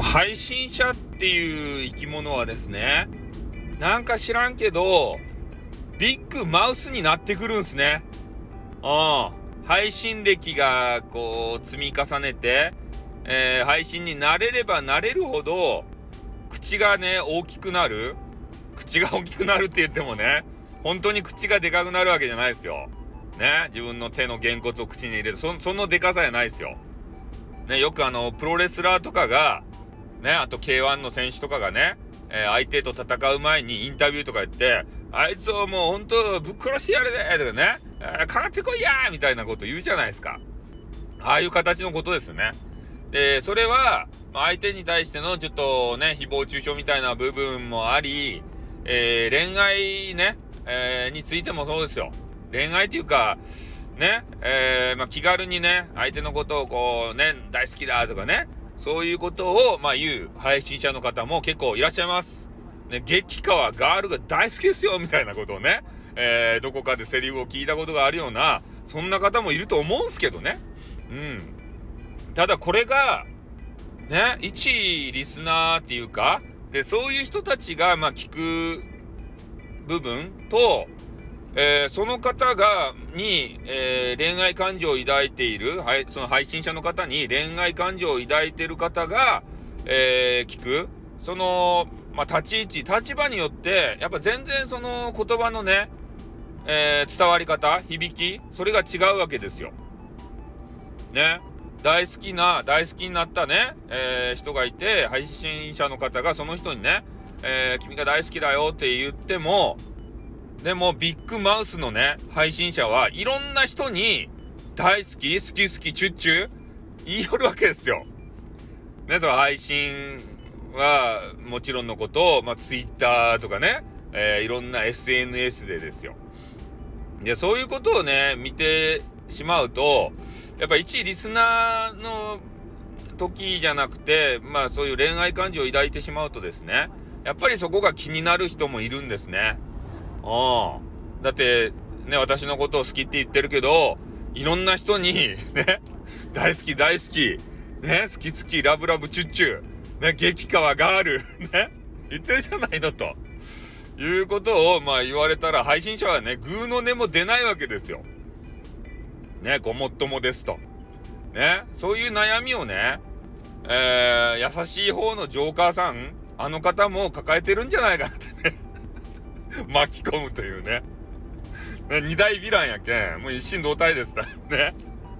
配信者っていう生き物はですね、なんか知らんけどビッグマウスになってくるんすね。配信歴がこう積み重ねて、配信になれればなれるほど口がね大きくなる。口が大きくなるって言ってもね、本当に口がでかくなるわけじゃないですよ。ね、自分の手のげんこつを口に入れるそのでかさじゃないですよ。ね、よくプロレスラーとかがね、あと K1 の選手とかがね、相手と戦う前にインタビューとか言って、あいつをもう本当ぶっ殺してやるぜとかね、かかってこいやみたいなこと言うじゃないですか。ああいう形のことですよね。で、それは相手に対してのちょっとね誹謗中傷みたいな部分もあり、恋愛ね、についてもそうですよ。恋愛っていうかね、気軽にね相手のことをこうね大好きだとかね、そういうことを言う配信者の方も結構いらっしゃいます。ね、激川ガールが大好きですよみたいなことをね、どこかでセリフを聞いたことがあるようなそんな方もいると思うんすけどね。ただこれがね、一リスナーっていうかで、そういう人たちが聞く部分と、その方に、恋愛感情を抱いている、その配信者の方に恋愛感情を抱いている方が、聞くその、立ち位置立場によってやっぱ全然その言葉のね、伝わり方響きそれが違うわけですよ。ね、大好きになったね、人がいて、配信者の方がその人にね、君が大好きだよって言っても、でもビッグマウスのね配信者はいろんな人に大好きチュッチュ言いよるわけですよ。ね、その配信はもちろんのこと、ツイッターとかね、いろんな SNS でですよ。で、そういうことをね見てしまうと、やっぱ一リスナーの時じゃなくて、そういう恋愛感情を抱いてしまうとですね、やっぱりそこが気になる人もいるんですね。だってね、私のことを好きって言ってるけど、いろんな人にね大好きね、好きラブチュッチュね、激川ガールね言ってるじゃないのということを言われたら、配信者はねグーの音も出ないわけですよ。ね、ごもっともですとね、そういう悩みをね、優しい方のジョーカーさん、あの方も抱えてるんじゃないかってね巻き込むというね、二大ヴィランやけんもう一心同体ですね。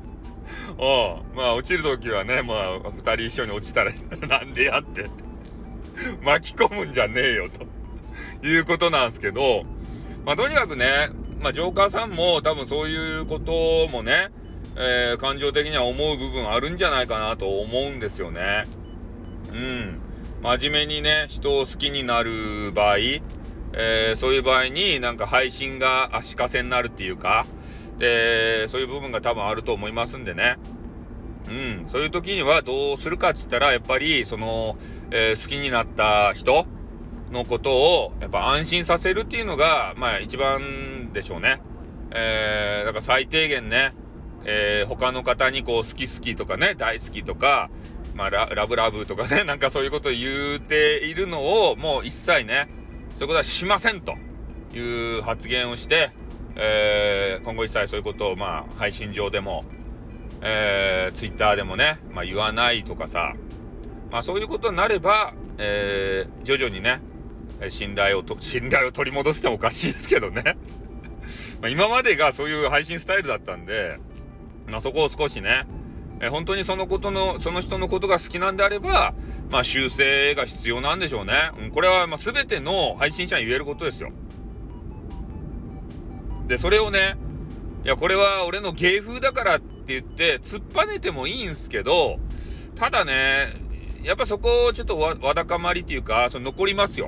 落ちる時はね、二人一緒に落ちたらなんでやって巻き込むんじゃねえよということなんですけど、とにかくね、ジョーカーさんも多分そういうこともね、感情的には思う部分あるんじゃないかなと思うんですよね。真面目にね人を好きになる場合、そういう場合になんか配信が足かせになるっていうかで、そういう部分が多分あると思いますんでね。そういう時にはどうするかっつったら、やっぱりその、好きになった人のことをやっぱ安心させるっていうのが一番でしょうね。だから最低限ね、他の方にこう好きとかね大好きとか、ラブとかね、なんかそういうことを言っているのをもう一切ね、そういうことはしませんという発言をして、今後一切そういうことを配信上でも、ツイッターでもね、言わないとかさ、そういうことになれば、徐々にね信頼を取り戻してもおかしいですけどね今までがそういう配信スタイルだったんで、そこを少しね、本当にその人のことが好きなんであれば、修正が必要なんでしょうね。これは全ての配信者に言えることですよ。で、それをね、いやこれは俺の芸風だからって言って突っぱねてもいいんすけど、ただねやっぱそこをちょっとわだかまりっていうか残りますよ。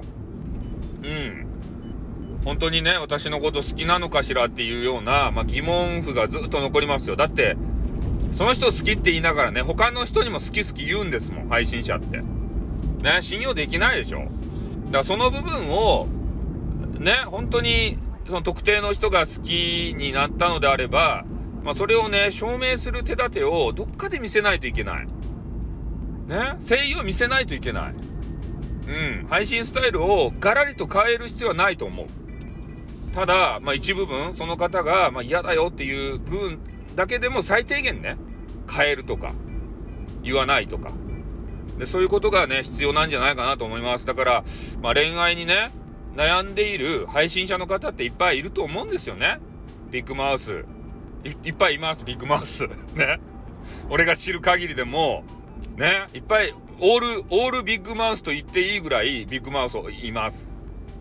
本当にね私のこと好きなのかしらっていうような、疑問符がずっと残りますよ。だってその人好きって言いながらね、他の人にも好き言うんですもん、配信者ってね。信用できないでしょ。だからその部分をね、本当にその特定の人が好きになったのであれば、それをね証明する手立てをどっかで見せないといけない。 ね、誠意を見せないといけない。配信スタイルをガラリと変える必要はないと思う。ただ、一部分、その方が、嫌だよっていう部分だけでも最低限ね、変えるとか、言わないとか。で、そういうことがね、必要なんじゃないかなと思います。だから、恋愛にね、悩んでいる配信者の方っていっぱいいると思うんですよね。ビッグマウス。いっぱいいます、ビッグマウス。ね。俺が知る限りでも、ね、いっぱい、オールビッグマウスと言っていいぐらいビッグマウスいます。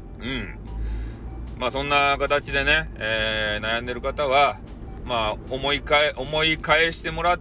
そんな形でね、悩んでる方は、思い返してもらって、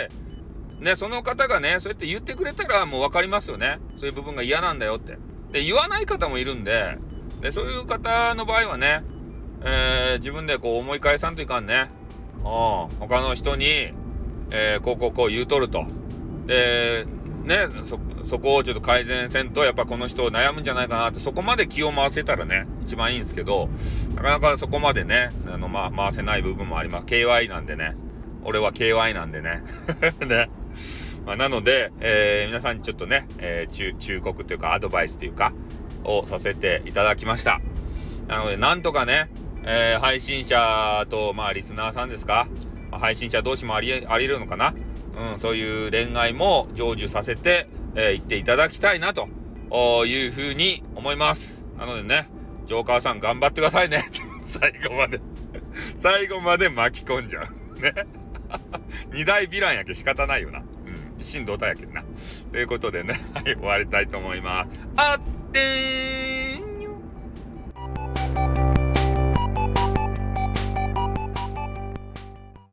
ね、その方がね、そうやって言ってくれたらもう分かりますよね。そういう部分が嫌なんだよって。で、言わない方もいるんで、そういう方の場合はね、自分でこう思い返さんといかんね。他の人に、こう言うとると。で、ね、そこをちょっと改善せんと、やっぱこの人悩むんじゃないかなって、そこまで気を回せたらね、一番いいんですけど、なかなかそこまでね、回せない部分もあります。KY なんでね。俺は KY なんでね。ね。なので、皆さんにちょっとね、忠告というかアドバイスというか、をさせていただきました。なので、なんとかね、配信者と、リスナーさんですか、配信者同士もあり得るのかな、そういう恋愛も成就させて、いっていただきたいなというふうに思います。なのでね、ジョーカーさん頑張ってくださいね。最後まで巻き込んじゃう。ね。二大ヴィランやけ仕方ないよな。一心同体やけんな。ということでね、はい、終わりたいと思います。あってーん。